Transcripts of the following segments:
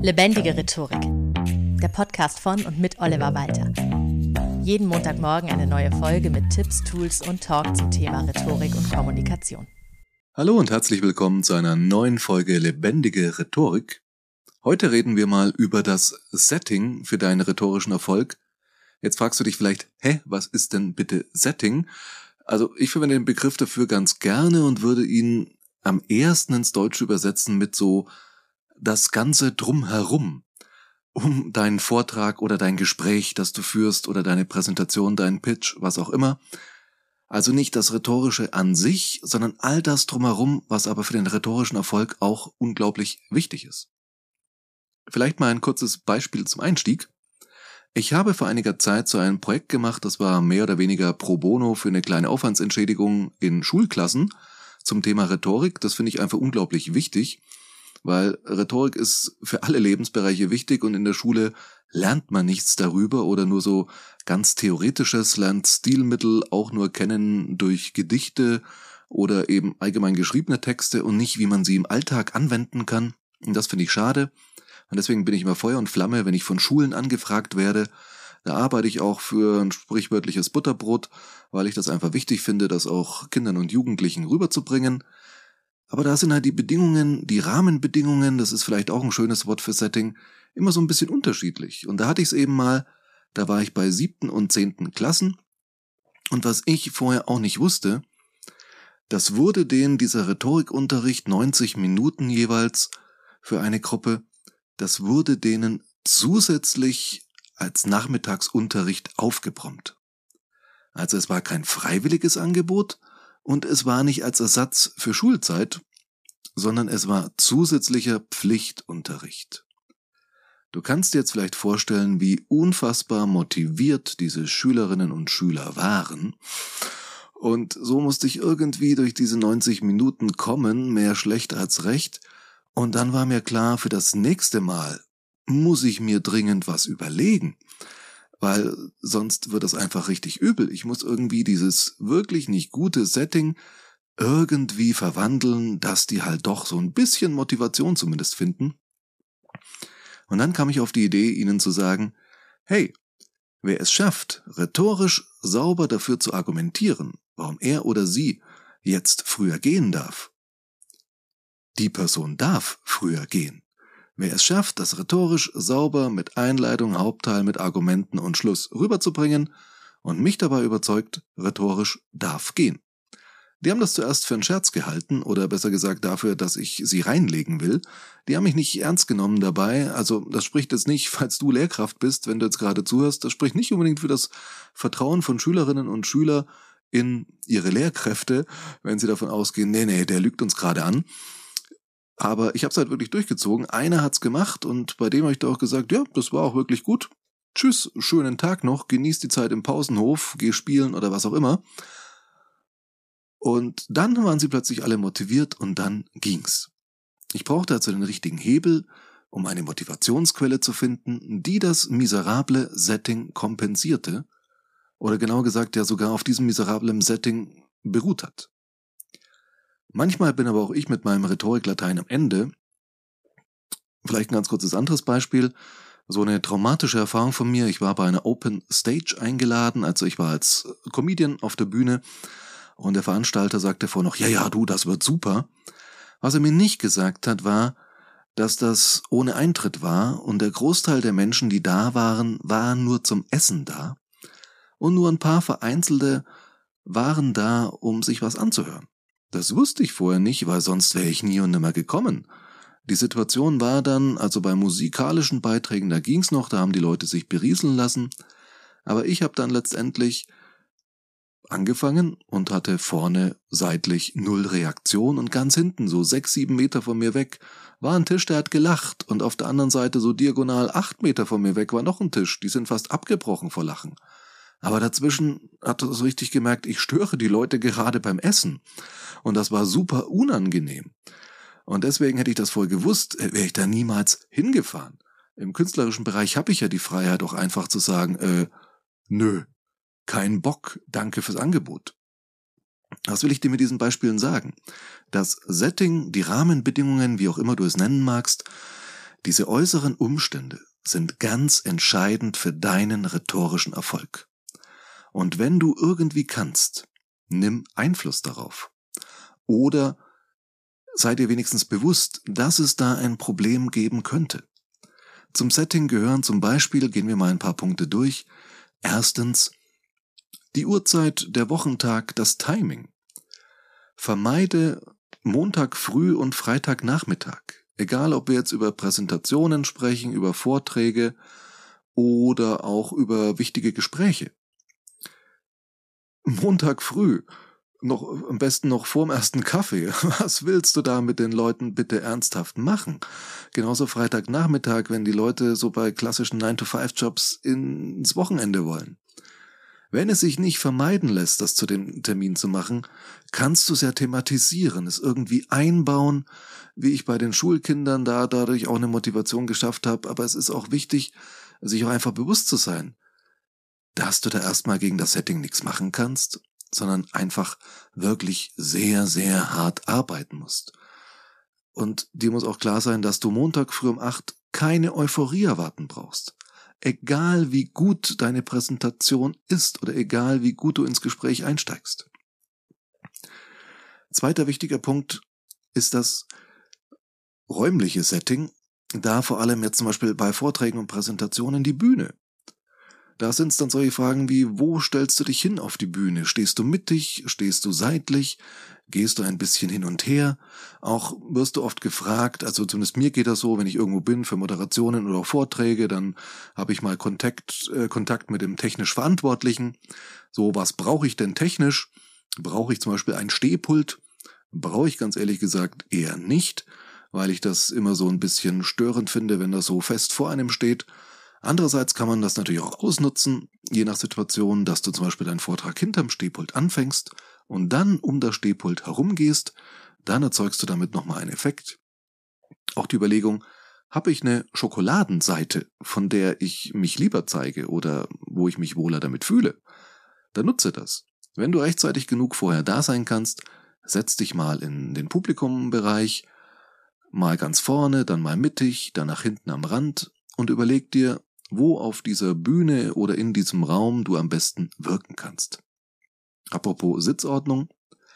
Lebendige Rhetorik. Der Podcast von und mit Oliver Walter. Jeden Montagmorgen eine neue Folge mit Tipps, Tools und Talk zum Thema Rhetorik und Kommunikation. Hallo und herzlich willkommen zu einer neuen Folge Lebendige Rhetorik. Heute reden wir mal über das Setting für deinen rhetorischen Erfolg. Jetzt fragst du dich vielleicht, was ist denn bitte Setting? Also ich verwende den Begriff dafür ganz gerne und würde ihn am ehesten ins Deutsche übersetzen mit so das Ganze drumherum, um deinen Vortrag oder dein Gespräch, das du führst oder deine Präsentation, deinen Pitch, was auch immer. Also nicht das Rhetorische an sich, sondern all das drumherum, was aber für den rhetorischen Erfolg auch unglaublich wichtig ist. Vielleicht mal ein kurzes Beispiel zum Einstieg. Ich habe vor einiger Zeit so ein Projekt gemacht, das war mehr oder weniger pro bono für eine kleine Aufwandsentschädigung in Schulklassen zum Thema Rhetorik. Das finde ich einfach unglaublich wichtig, weil Rhetorik ist für alle Lebensbereiche wichtig und in der Schule lernt man nichts darüber oder nur so ganz Theoretisches, lernt Stilmittel auch nur kennen durch Gedichte oder eben allgemein geschriebene Texte und nicht, wie man sie im Alltag anwenden kann. Und das finde ich schade. Und deswegen bin ich immer Feuer und Flamme, wenn ich von Schulen angefragt werde. Da arbeite ich auch für ein sprichwörtliches Butterbrot, weil ich das einfach wichtig finde, das auch Kindern und Jugendlichen rüberzubringen. Aber da sind halt die Bedingungen, die Rahmenbedingungen, das ist vielleicht auch ein schönes Wort für Setting, immer so ein bisschen unterschiedlich. Und da hatte ich es eben mal, da war ich bei 7. und 10. Klassen. Und was ich vorher auch nicht wusste, das wurde denen dieser Rhetorikunterricht 90 Minuten jeweils für eine Gruppe, das wurde denen zusätzlich als Nachmittagsunterricht aufgebrummt. Also es war kein freiwilliges Angebot und es war nicht als Ersatz für Schulzeit, sondern es war zusätzlicher Pflichtunterricht. Du kannst dir jetzt vielleicht vorstellen, wie unfassbar motiviert diese Schülerinnen und Schüler waren. Und so musste ich irgendwie durch diese 90 Minuten kommen, mehr schlecht als recht. Und dann war mir klar, für das nächste Mal muss ich mir dringend was überlegen, weil sonst wird das einfach richtig übel. Ich muss irgendwie dieses wirklich nicht gute Setting irgendwie verwandeln, dass die halt doch so ein bisschen Motivation zumindest finden. Und dann kam ich auf die Idee, ihnen zu sagen, hey, wer es schafft, rhetorisch sauber dafür zu argumentieren, warum er oder sie jetzt früher gehen darf, die Person darf früher gehen. Wer es schafft, das rhetorisch sauber mit Einleitung, Hauptteil, mit Argumenten und Schluss rüberzubringen und mich dabei überzeugt, rhetorisch darf gehen. Die haben das zuerst für einen Scherz gehalten oder besser gesagt dafür, dass ich sie reinlegen will. Die haben mich nicht ernst genommen dabei. Also das spricht jetzt nicht, falls du Lehrkraft bist, wenn du jetzt gerade zuhörst, das spricht nicht unbedingt für das Vertrauen von Schülerinnen und Schüler in ihre Lehrkräfte, wenn sie davon ausgehen, nee, der lügt uns gerade an. Aber ich habe es halt wirklich durchgezogen. Einer hat's gemacht und bei dem habe ich da auch gesagt, ja, das war auch wirklich gut. Tschüss, schönen Tag noch, genieß die Zeit im Pausenhof, geh spielen oder was auch immer. Und dann waren sie plötzlich alle motiviert und dann ging's. Ich brauchte also den richtigen Hebel, um eine Motivationsquelle zu finden, die das miserable Setting kompensierte. Oder genauer gesagt, ja sogar auf diesem miserablen Setting beruht hat. Manchmal bin aber auch ich mit meinem Rhetoriklatein am Ende. Vielleicht ein ganz kurzes anderes Beispiel. So eine traumatische Erfahrung von mir. Ich war bei einer Open Stage eingeladen, also ich war als Comedian auf der Bühne und der Veranstalter sagte vorher noch, ja, du, das wird super. Was er mir nicht gesagt hat, war, dass das ohne Eintritt war und der Großteil der Menschen, die da waren, waren nur zum Essen da und nur ein paar Vereinzelte waren da, um sich was anzuhören. Das wusste ich vorher nicht, weil sonst wäre ich nie und nimmer gekommen. Die Situation war dann, also bei musikalischen Beiträgen, da ging's noch, da haben die Leute sich berieseln lassen. Aber ich habe dann letztendlich angefangen und hatte vorne seitlich 0 Reaktion und ganz hinten, so 6, 7 Meter von mir weg, war ein Tisch, der hat gelacht und auf der anderen Seite so diagonal 8 Meter von mir weg war noch ein Tisch, die sind fast abgebrochen vor Lachen. Aber dazwischen hat er so richtig gemerkt, ich störe die Leute gerade beim Essen. Und das war super unangenehm. Und deswegen hätte ich das voll gewusst, wäre ich da niemals hingefahren. Im künstlerischen Bereich habe ich ja die Freiheit, auch einfach zu sagen, nö, kein Bock, danke fürs Angebot. Was will ich dir mit diesen Beispielen sagen? Das Setting, die Rahmenbedingungen, wie auch immer du es nennen magst, Diese äußeren Umstände sind ganz entscheidend für deinen rhetorischen Erfolg. Und wenn du irgendwie kannst, nimm Einfluss darauf. Oder sei dir wenigstens bewusst, dass es da ein Problem geben könnte. Zum Setting gehören zum Beispiel, gehen wir mal ein paar Punkte durch. Erstens, die Uhrzeit, der Wochentag, das Timing. Vermeide Montag früh und Freitagnachmittag. Egal, ob wir jetzt über Präsentationen sprechen, über Vorträge oder auch über wichtige Gespräche. Montag früh, am besten noch vorm ersten Kaffee. Was willst du da mit den Leuten bitte ernsthaft machen? Genauso Freitagnachmittag, wenn die Leute so bei klassischen 9-to-5-Jobs ins Wochenende wollen. Wenn es sich nicht vermeiden lässt, das zu dem Termin zu machen, kannst du es ja thematisieren, es irgendwie einbauen, wie ich bei den Schulkindern dadurch auch eine Motivation geschafft habe. Aber es ist auch wichtig, sich auch einfach bewusst zu sein, dass du da erstmal gegen das Setting nichts machen kannst, sondern einfach wirklich sehr, sehr hart arbeiten musst. Und dir muss auch klar sein, dass du Montag früh um 8 keine Euphorie erwarten brauchst. Egal wie gut deine Präsentation ist oder egal wie gut du ins Gespräch einsteigst. Zweiter wichtiger Punkt ist das räumliche Setting, da vor allem jetzt zum Beispiel bei Vorträgen und Präsentationen die Bühne. Da sind es dann solche Fragen wie, wo stellst du dich hin auf die Bühne? Stehst du mittig? Stehst du seitlich? Gehst du ein bisschen hin und her? Auch wirst du oft gefragt, also zumindest mir geht das so, wenn ich irgendwo bin für Moderationen oder auch Vorträge, dann habe ich mal Kontakt mit dem technisch Verantwortlichen. So, was brauche ich denn technisch? Brauche ich zum Beispiel ein Stehpult? Brauche ich ganz ehrlich gesagt eher nicht, weil ich das immer so ein bisschen störend finde, wenn das so fest vor einem steht. Andererseits kann man das natürlich auch ausnutzen, je nach Situation, dass du zum Beispiel deinen Vortrag hinterm Stehpult anfängst und dann um das Stehpult herumgehst, dann erzeugst du damit nochmal einen Effekt. Auch die Überlegung, habe ich eine Schokoladenseite, von der ich mich lieber zeige oder wo ich mich wohler damit fühle, dann nutze das. Wenn du rechtzeitig genug vorher da sein kannst, setz dich mal in den Publikumbereich, mal ganz vorne, dann mal mittig, dann nach hinten am Rand und überleg dir, wo auf dieser Bühne oder in diesem Raum du am besten wirken kannst. Apropos Sitzordnung.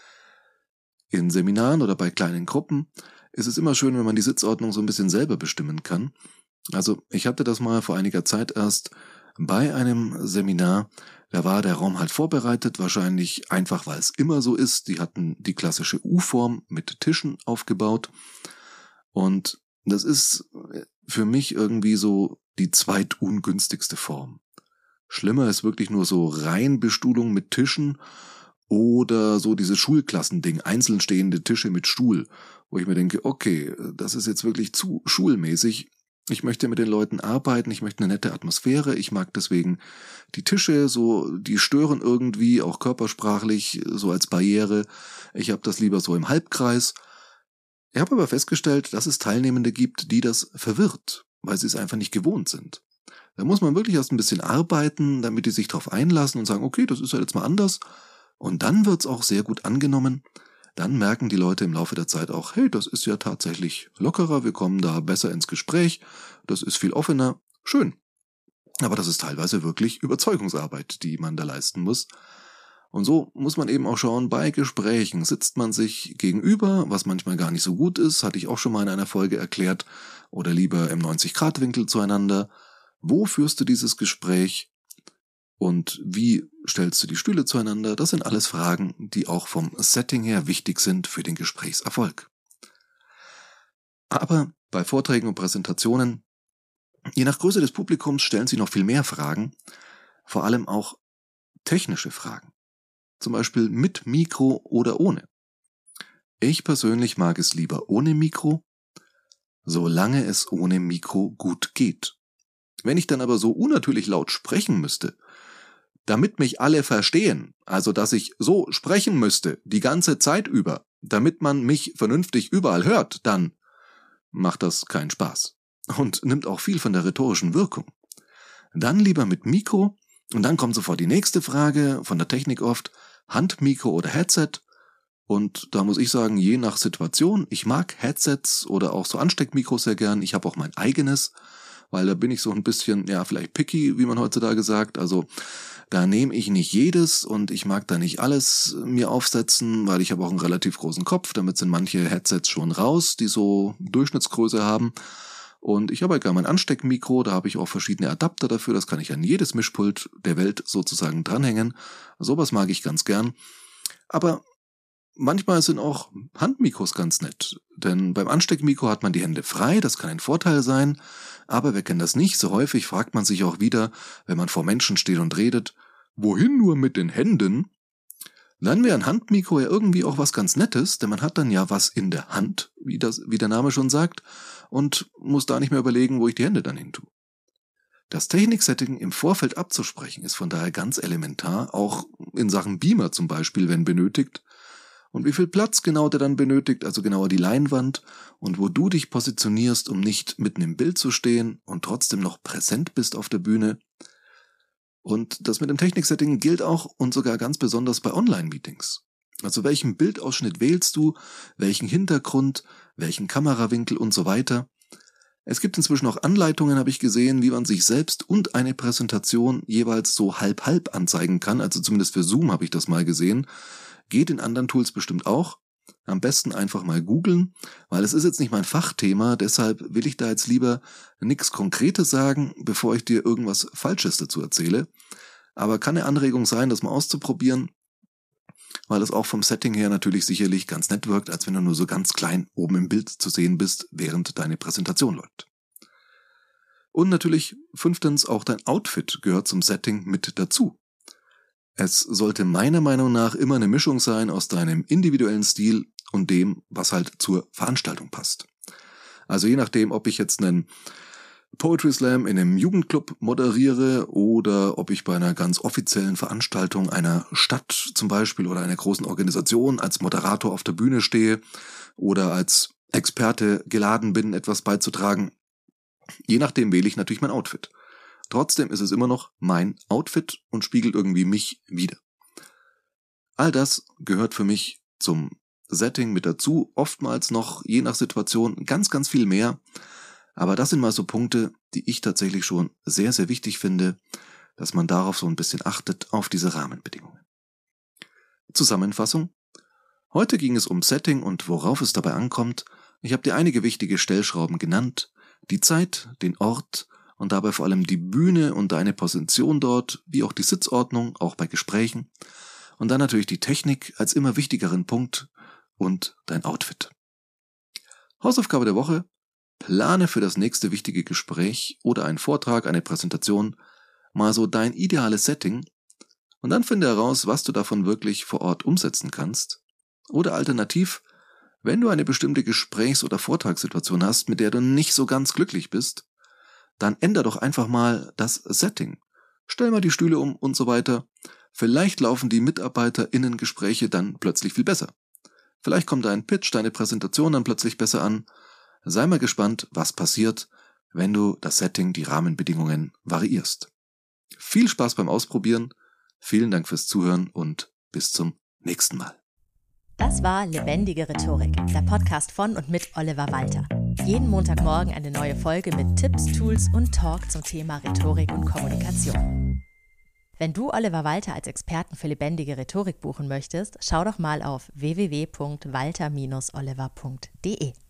In Seminaren oder bei kleinen Gruppen ist es immer schön, wenn man die Sitzordnung so ein bisschen selber bestimmen kann. Also ich hatte das mal vor einiger Zeit erst bei einem Seminar, da war der Raum halt vorbereitet, wahrscheinlich einfach, weil es immer so ist. Die hatten die klassische U-Form mit Tischen aufgebaut und das ist für mich irgendwie so die zweitungünstigste Form. Schlimmer ist wirklich nur so Reihenbestuhlung mit Tischen oder so dieses Schulklassending, einzeln stehende Tische mit Stuhl, wo ich mir denke, okay, das ist jetzt wirklich zu schulmäßig. Ich möchte mit den Leuten arbeiten, ich möchte eine nette Atmosphäre, ich mag deswegen die Tische, so die stören irgendwie, auch körpersprachlich, so als Barriere. Ich habe das lieber so im Halbkreis. Ich habe aber festgestellt, dass es Teilnehmende gibt, die das verwirrt, weil sie es einfach nicht gewohnt sind. Da muss man wirklich erst ein bisschen arbeiten, damit die sich darauf einlassen und sagen, okay, das ist ja jetzt mal anders. Und dann wird's auch sehr gut angenommen. Dann merken die Leute im Laufe der Zeit auch, hey, das ist ja tatsächlich lockerer, wir kommen da besser ins Gespräch, das ist viel offener, schön. Aber das ist teilweise wirklich Überzeugungsarbeit, die man da leisten muss. Und so muss man eben auch schauen, bei Gesprächen sitzt man sich gegenüber, was manchmal gar nicht so gut ist, hatte ich auch schon mal in einer Folge erklärt, oder lieber im 90-Grad-Winkel zueinander. Wo führst du dieses Gespräch und wie stellst du die Stühle zueinander? Das sind alles Fragen, die auch vom Setting her wichtig sind für den Gesprächserfolg. Aber bei Vorträgen und Präsentationen, je nach Größe des Publikums, stellen sich noch viel mehr Fragen, vor allem auch technische Fragen. Zum Beispiel mit Mikro oder ohne. Ich persönlich mag es lieber ohne Mikro, solange es ohne Mikro gut geht. Wenn ich dann aber so unnatürlich laut sprechen müsste, damit mich alle verstehen, also dass ich so sprechen müsste, die ganze Zeit über, damit man mich vernünftig überall hört, dann macht das keinen Spaß und nimmt auch viel von der rhetorischen Wirkung. Dann lieber mit Mikro und dann kommt sofort die nächste Frage von der Technik oft, Handmikro oder Headset. Und da muss ich sagen, je nach Situation, ich mag Headsets oder auch so Ansteckmikros sehr gern. Ich habe auch mein eigenes, weil da bin ich so ein bisschen, vielleicht picky, wie man heutzutage sagt. Also da nehme ich nicht jedes und ich mag da nicht alles mir aufsetzen, weil ich habe auch einen relativ großen Kopf. Damit sind manche Headsets schon raus, die so Durchschnittsgröße haben. Und ich habe halt gar mein Ansteckmikro, da habe ich auch verschiedene Adapter dafür. Das kann ich an jedes Mischpult der Welt sozusagen dranhängen. Sowas mag ich ganz gern. Aber manchmal sind auch Handmikros ganz nett, denn beim Ansteckmikro hat man die Hände frei, das kann ein Vorteil sein, aber wer kennt das nicht? So häufig fragt man sich auch wieder, wenn man vor Menschen steht und redet, wohin nur mit den Händen? Dann wäre ein Handmikro ja irgendwie auch was ganz Nettes, denn man hat dann ja was in der Hand, wie der Name schon sagt, und muss da nicht mehr überlegen, wo ich die Hände dann hin tue. Das Techniksetting im Vorfeld abzusprechen ist von daher ganz elementar, auch in Sachen Beamer zum Beispiel, wenn benötigt. Und wie viel Platz genau der dann benötigt, also genauer die Leinwand und wo du dich positionierst, um nicht mitten im Bild zu stehen und trotzdem noch präsent bist auf der Bühne. Und das mit dem Techniksetting gilt auch und sogar ganz besonders bei Online-Meetings. Also welchen Bildausschnitt wählst du, welchen Hintergrund, welchen Kamerawinkel und so weiter. Es gibt inzwischen auch Anleitungen, habe ich gesehen, wie man sich selbst und eine Präsentation jeweils so halb-halb anzeigen kann. Also zumindest für Zoom habe ich das mal gesehen. Geht in anderen Tools bestimmt auch. Am besten einfach mal googeln, weil es ist jetzt nicht mein Fachthema, deshalb will ich da jetzt lieber nichts Konkretes sagen, bevor ich dir irgendwas Falsches dazu erzähle. Aber kann eine Anregung sein, das mal auszuprobieren, weil es auch vom Setting her natürlich sicherlich ganz nett wirkt, als wenn du nur so ganz klein oben im Bild zu sehen bist, während deine Präsentation läuft. Und natürlich 5. auch dein Outfit gehört zum Setting mit dazu. Es sollte meiner Meinung nach immer eine Mischung sein aus deinem individuellen Stil und dem, was halt zur Veranstaltung passt. Also je nachdem, ob ich jetzt einen Poetry Slam in einem Jugendclub moderiere oder ob ich bei einer ganz offiziellen Veranstaltung einer Stadt zum Beispiel oder einer großen Organisation als Moderator auf der Bühne stehe oder als Experte geladen bin, etwas beizutragen. Je nachdem wähle ich natürlich mein Outfit. Trotzdem ist es immer noch mein Outfit und spiegelt irgendwie mich wider. All das gehört für mich zum Setting mit dazu, oftmals noch, je nach Situation, ganz, ganz viel mehr. Aber das sind mal so Punkte, die ich tatsächlich schon sehr, sehr wichtig finde, dass man darauf so ein bisschen achtet, auf diese Rahmenbedingungen. Zusammenfassung. Heute ging es um Setting und worauf es dabei ankommt. Ich habe dir einige wichtige Stellschrauben genannt. Die Zeit, den Ort, und dabei vor allem die Bühne und deine Position dort, wie auch die Sitzordnung, auch bei Gesprächen. Und dann natürlich die Technik als immer wichtigeren Punkt und dein Outfit. Hausaufgabe der Woche: Plane für das nächste wichtige Gespräch oder einen Vortrag, eine Präsentation, mal so dein ideales Setting und dann finde heraus, was du davon wirklich vor Ort umsetzen kannst. Oder alternativ, wenn du eine bestimmte Gesprächs- oder Vortragssituation hast, mit der du nicht so ganz glücklich bist, dann änder doch einfach mal das Setting. Stell mal die Stühle um und so weiter. Vielleicht laufen die MitarbeiterInnen-Gespräche dann plötzlich viel besser. Vielleicht kommt dein Pitch, deine Präsentation dann plötzlich besser an. Sei mal gespannt, was passiert, wenn du das Setting, die Rahmenbedingungen variierst. Viel Spaß beim Ausprobieren. Vielen Dank fürs Zuhören und bis zum nächsten Mal. Das war Lebendige Rhetorik, der Podcast von und mit Oliver Walter. Jeden Montagmorgen eine neue Folge mit Tipps, Tools und Talk zum Thema Rhetorik und Kommunikation. Wenn du Oliver Walter als Experten für lebendige Rhetorik buchen möchtest, schau doch mal auf www.walter-oliver.de.